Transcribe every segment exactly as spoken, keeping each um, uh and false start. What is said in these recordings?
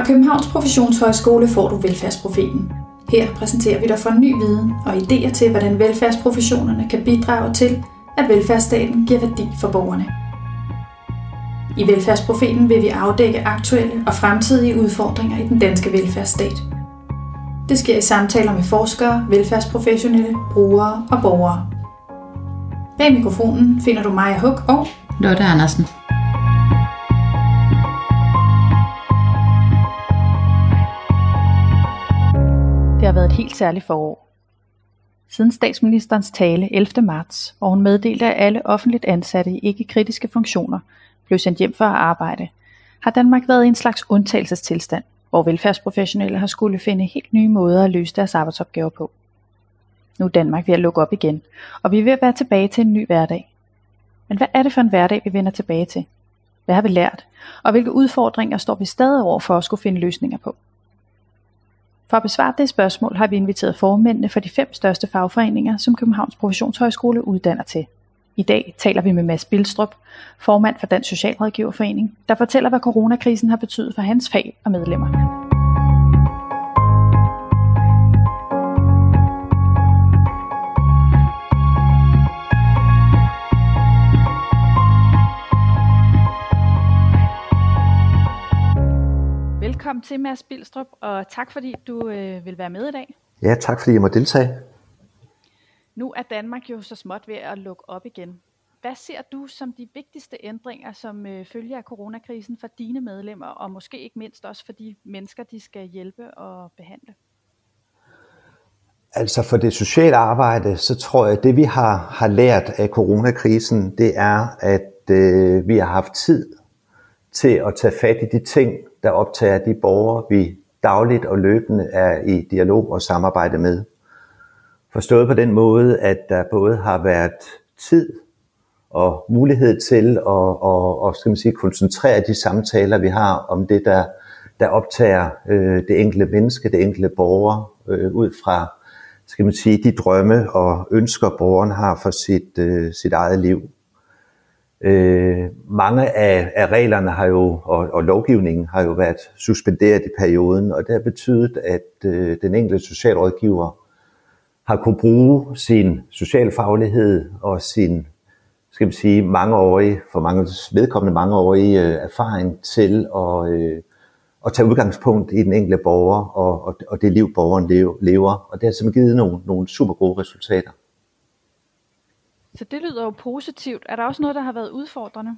Københavns Professionshøjskole får du Velfærdsprofeten. Her præsenterer vi dig for ny viden og idéer til, hvordan velfærdsprofessionerne kan bidrage til, at velfærdsstaten giver værdi for borgerne. I Velfærdsprofeten vil vi afdække aktuelle og fremtidige udfordringer i den danske velfærdsstat. Det sker i samtaler med forskere, velfærdsprofessionelle, brugere og borgere. Bag mikrofonen finder du Maja Huk og Lotte Andersen. Det har været et helt særligt forår. Siden statsministerens tale ellevte marts, hvor hun meddelte, at alle offentligt ansatte i ikke-kritiske funktioner blev sendt hjem for at arbejde, har Danmark været i en slags undtagelsestilstand, hvor velfærdsprofessionelle har skulle finde helt nye måder at løse deres arbejdsopgaver på. Nu er Danmark ved at lukke op igen, og vi er ved at være tilbage til en ny hverdag. Men hvad er det for en hverdag, vi vender tilbage til? Hvad har vi lært? Og hvilke udfordringer står vi stadig over for at skulle finde løsninger på? For at besvare det spørgsmål har vi inviteret formændene for de fem største fagforeninger, som Københavns Professionshøjskole uddanner til. I dag taler vi med Mads Bilstrup, formand for Dansk Socialrådgiverforening, der fortæller, hvad coronakrisen har betydet for hans fag og medlemmer. Velkommen til, Mads Bilstrup, og tak fordi du øh, vil være med i dag. Ja, tak fordi jeg må deltage. Nu er Danmark jo så småt ved at lukke op igen. Hvad ser du som de vigtigste ændringer, som øh, følger af coronakrisen for dine medlemmer, og måske ikke mindst også for de mennesker, de skal hjælpe og behandle? Altså for det sociale arbejde, så tror jeg, at det vi har, har lært af coronakrisen, det er, at øh, vi har haft tid til at tage fat i de ting, der optager de borgere, vi dagligt og løbende er i dialog og samarbejde med. Forstået på den måde, at der både har været tid og mulighed til at og, og, skal man sige, koncentrere de samtaler, vi har om det, der, der optager øh, det enkelte menneske, det enkelte borger, øh, ud fra, skal man sige, de drømme og ønsker, borgeren har for sit, øh, sit eget liv. Øh, mange af, af reglerne har jo, og, og lovgivningen har jo været suspenderet i perioden, og det har betydet, at øh, den enkelte socialrådgiver har kunne bruge sin socialfaglighed og sin, skal man sige, mangeårige, for mange vedkommende mangeårige øh, erfaring til at, øh, at tage udgangspunkt i den enkelte borger og, og, og det liv, borgeren lever. Og det har simpelthen givet nogle, nogle super gode resultater. Så det lyder jo positivt. Er der også noget, der har været udfordrende?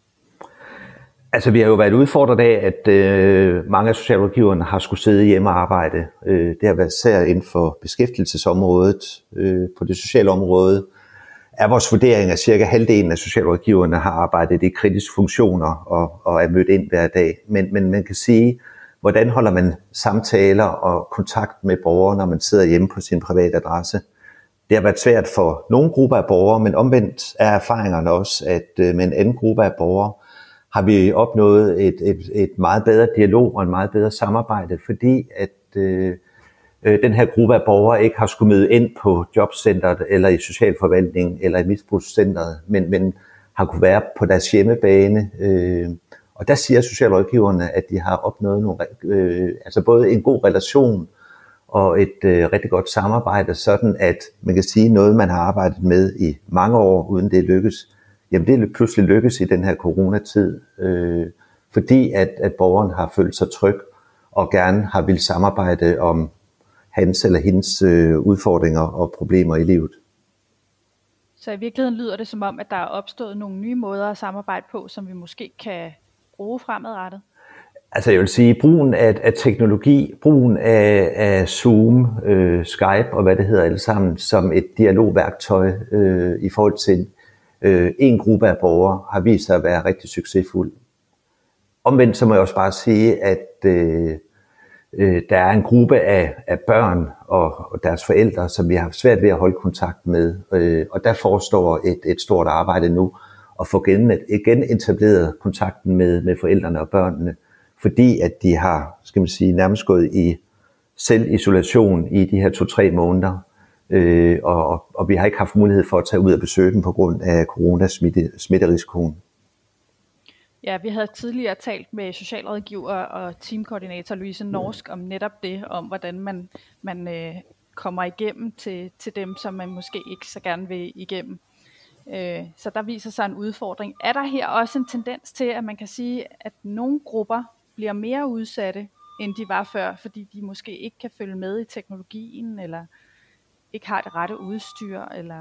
Altså vi har jo været udfordret af, at øh, mange af socialrådgiverne har skulle sidde hjemme og arbejde. Øh, det har været især inden for beskæftigelsesområdet. Øh, på det sociale område er vores vurdering, at cirka halvdelen af socialrådgiverne har arbejdet i kritiske funktioner og, og er mødt ind hver dag. Men, men man kan sige, hvordan holder man samtaler og kontakt med borgere, når man sidder hjemme på sin private adresse? Det har været svært for nogle grupper af borgere, men omvendt er erfaringerne også, at med en anden gruppe af borgere har vi opnået et, et, et meget bedre dialog og en meget bedre samarbejde, fordi at øh, den her gruppe af borgere ikke har skulle møde ind på jobcentret eller i socialforvaltningen eller i misbrugscentret, men, men har kunne være på deres hjemmebane. Øh, og der siger socialrådgiverne, at de har opnået nogle, øh, altså både en god relation og et øh, rigtig godt samarbejde, sådan at man kan sige noget, man har arbejdet med i mange år, uden det lykkes. Jamen det er pludselig lykkes i den her coronatid, øh, fordi at, at borgeren har følt sig tryg og gerne har ville samarbejde om hans eller hendes øh, udfordringer og problemer i livet. Så i virkeligheden lyder det som om, at der er opstået nogle nye måder at samarbejde på, som vi måske kan bruge fremadrettet? Altså jeg vil sige, brugen af, af teknologi, brugen af, af Zoom, øh, Skype og hvad det hedder alle sammen, som et dialogværktøj øh, i forhold til øh, en gruppe af borgere, har vist sig at være rigtig succesfuld. Omvendt så må jeg også bare sige, at øh, øh, der er en gruppe af, af børn og, og deres forældre, som vi har haft svært ved at holde kontakt med. Øh, og der forestår et, et stort arbejde nu at få igen, igen etableret kontakten med, med forældrene og børnene, fordi at de har, skal man sige, nærmest gået i selvisolation i de her to-tre måneder, øh, og, og vi har ikke haft mulighed for at tage ud og besøge dem på grund af coronasmitterisikoen. Ja, vi havde tidligere talt med socialrådgiver og teamkoordinator Louise Norsk om netop det, om hvordan man, man øh, kommer igennem til, til dem, som man måske ikke så gerne vil igennem. Øh, så der viser sig en udfordring. Er der her også en tendens til, at man kan sige, at nogle grupper bliver mere udsatte, end de var før, fordi de måske ikke kan følge med i teknologien, eller ikke har det rette udstyr, eller...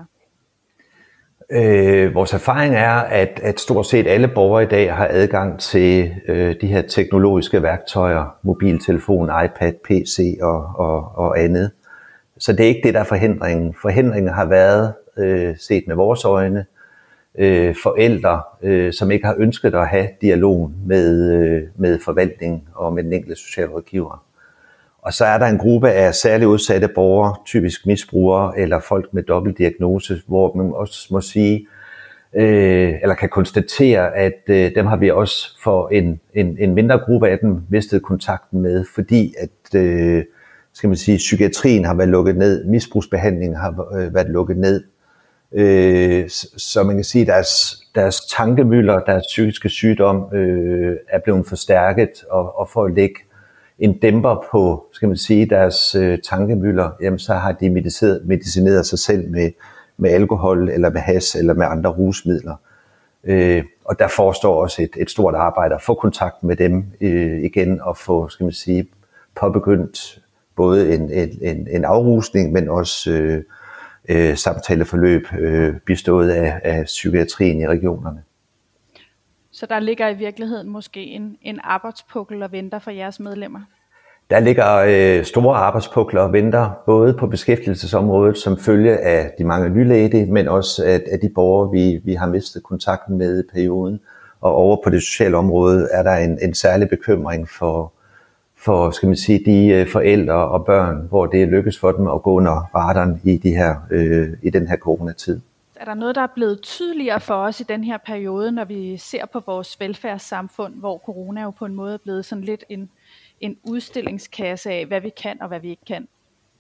Øh, vores erfaring er, at, at stort set alle borgere i dag har adgang til øh, de her teknologiske værktøjer, mobiltelefon, iPad, P C og, og, og andet. Så det er ikke det, der er forhindringen. Forhindringen har været, øh, set med vores øjne, øh, forældre, øh, som ikke har ønsket at have dialog med, øh, med forvaltningen og med den enkelte socialrådgiver. Og så er der en gruppe af særligt udsatte borgere, typisk misbrugere eller folk med dobbeltdiagnose, hvor man også må sige, øh, eller kan konstatere, at øh, dem har vi også for en, en, en mindre gruppe af dem mistet kontakten med, fordi at øh, skal man sige, psykiatrien har været lukket ned, misbrugsbehandlingen har øh, været lukket ned. Øh, så man kan sige, at deres, deres tankemylder, deres psykiske sygdom øh, er blevet forstærket, og, og for at lægge en dæmper på, skal man sige, deres øh, tankemylder, jamen så har de medicineret, medicineret sig selv med, med alkohol, eller med hash, eller med andre rusmidler. Øh, og der forestår også et, et stort arbejde at få kontakt med dem øh, igen, og få, skal man sige, påbegyndt både en, en, en afrusning, men også øh, øh, samtaleforløb øh, bestået af, af psykiatrien i regionerne. Så der ligger i virkeligheden måske en, en arbejdspukkel og venter for jeres medlemmer? Der ligger øh, store arbejdspukler og venter, både på beskæftigelsesområdet som følge af de mange nyledige, men også af, af de borgere, vi, vi har mistet kontakten med i perioden. Og over på det sociale område er der en, en særlig bekymring for, for skal man sige, de øh, forældre og børn, hvor det lykkes for dem at gå under radaren i, de her, øh, i den her coronatid. Er der noget, der er blevet tydeligere for os i den her periode, når vi ser på vores velfærdssamfund, hvor corona jo på en måde er blevet sådan lidt en, en udstillingskasse af, hvad vi kan og hvad vi ikke kan?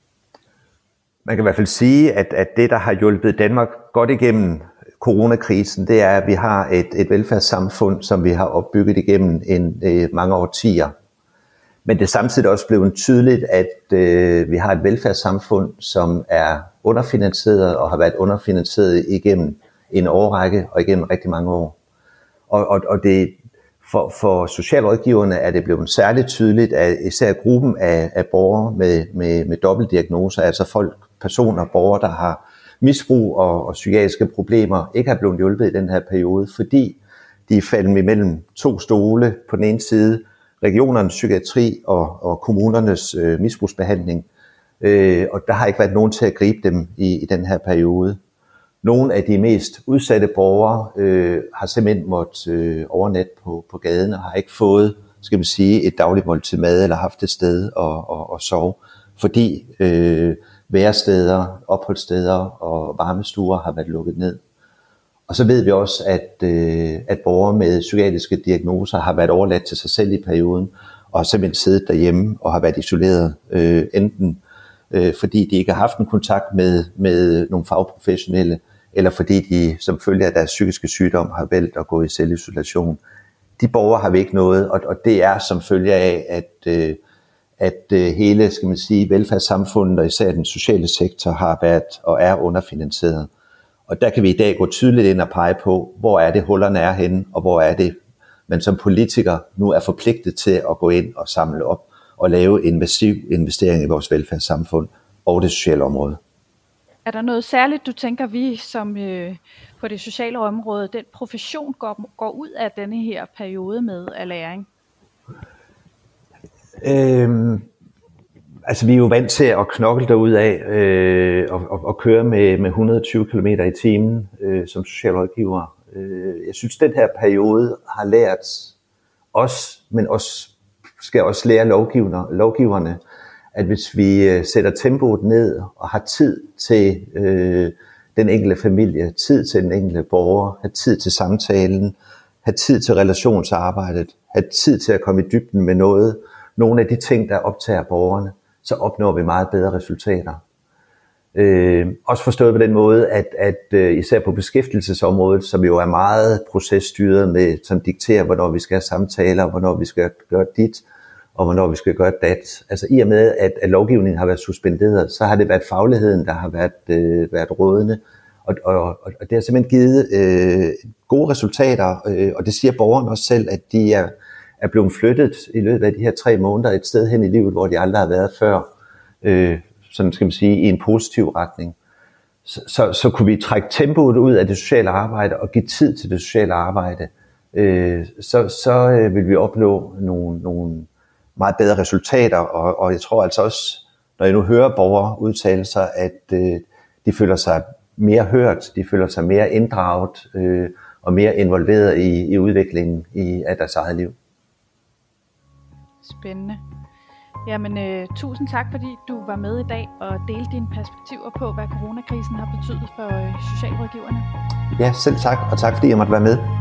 Man kan i hvert fald sige, at, at det, der har hjulpet Danmark godt igennem coronakrisen, det er, at vi har et, et velfærdssamfund, som vi har opbygget igennem en, en, mange årtier. Men det er samtidig også blevet tydeligt, at øh, vi har et velfærdssamfund, som er underfinansieret og har været underfinansieret igennem en årrække og igennem rigtig mange år. Og, og, og det, for, for socialrådgiverne er det blevet særligt tydeligt, at især gruppen af, af borgere med, med, med dobbeltdiagnoser, altså folk, personer, borgere, der har misbrug og, og psykiatriske problemer, ikke har blevet hjulpet i den her periode, fordi de er faldet imellem to stole. På den ene side regionernes psykiatri og, og kommunernes øh, misbrugsbehandling, øh, og der har ikke været nogen til at gribe dem i, i den her periode. Nogle af de mest udsatte borgere øh, har simpelthen måttet øh, overnatte på, på gaden og har ikke fået, skal man sige, et dagligt måltid mad eller haft et sted at, at, at sove, fordi øh, væresteder, opholdssteder og varmestuer har været lukket ned. Og så ved vi også, at, øh, at borgere med psykiatriske diagnoser har været overladt til sig selv i perioden, og har simpelthen siddet derhjemme og har været isoleret, øh, enten øh, fordi de ikke har haft en kontakt med, med nogle fagprofessionelle, eller fordi de som følge af deres psykiske sygdom har valgt at gå i selvisolation. De borgere har vi ikke noget, og, og det er som følge af, at, øh, at øh, hele, skal man sige, velfærdssamfundet og især den sociale sektor har været og er underfinansieret. Og der kan vi i dag gå tydeligt ind og pege på, hvor er det hullerne er henne, og hvor er det, man som politiker nu er forpligtet til at gå ind og samle op og lave en massiv investering i vores velfærdssamfund og det sociale område. Er der noget særligt, du tænker, vi som øh, på det sociale område, den profession går, går ud af denne her periode med af læring? Øhm, altså vi er jo vant til at knokle derudad øh, og, og, og køre med, med et hundrede og tyve kilometer i timen øh, som socialrådgiver. Øh, jeg synes, den her periode har lært os, men også skal også lære lovgiver, lovgiverne, at hvis vi øh, sætter tempoet ned og har tid til øh, den enkelte familie, tid til den enkelte borger, har tid til samtalen, har tid til relationsarbejdet, har tid til at komme i dybden med noget, nogle af de ting, der optager borgerne, så opnår vi meget bedre resultater. Øh, også forstået på den måde, at, at øh, især på beskæftigelsesområdet, som jo er meget processtyret med, som dikterer, hvornår vi skal have samtaler, hvornår vi skal gøre dit, og hvornår vi skal gøre dat. Altså i og med, at, at lovgivningen har været suspenderet, så har det været fagligheden, der har været, øh, været rådende. Og, og, og det har simpelthen givet øh, gode resultater, øh, og det siger borgerne også selv, at de er, er blevet flyttet i løbet af de her tre måneder et sted hen i livet, hvor de aldrig har været før. Øh, sådan skal man sige, i en positiv retning. Så, så, så kunne vi trække tempoet ud af det sociale arbejde og give tid til det sociale arbejde, øh, så, så øh, vil vi opnå nogle, nogle meget bedre resultater, og, og jeg tror altså også, når jeg nu hører borgere udtale sig, at øh, de føler sig mere hørt, de føler sig mere inddraget øh, og mere involveret i, i udviklingen i, af deres eget liv. Spændende. Jamen, øh, tusind tak, fordi du var med i dag og delte dine perspektiver på, hvad coronakrisen har betydet for øh, socialrådgiverne. Ja, selv tak, og tak fordi jeg måtte være med.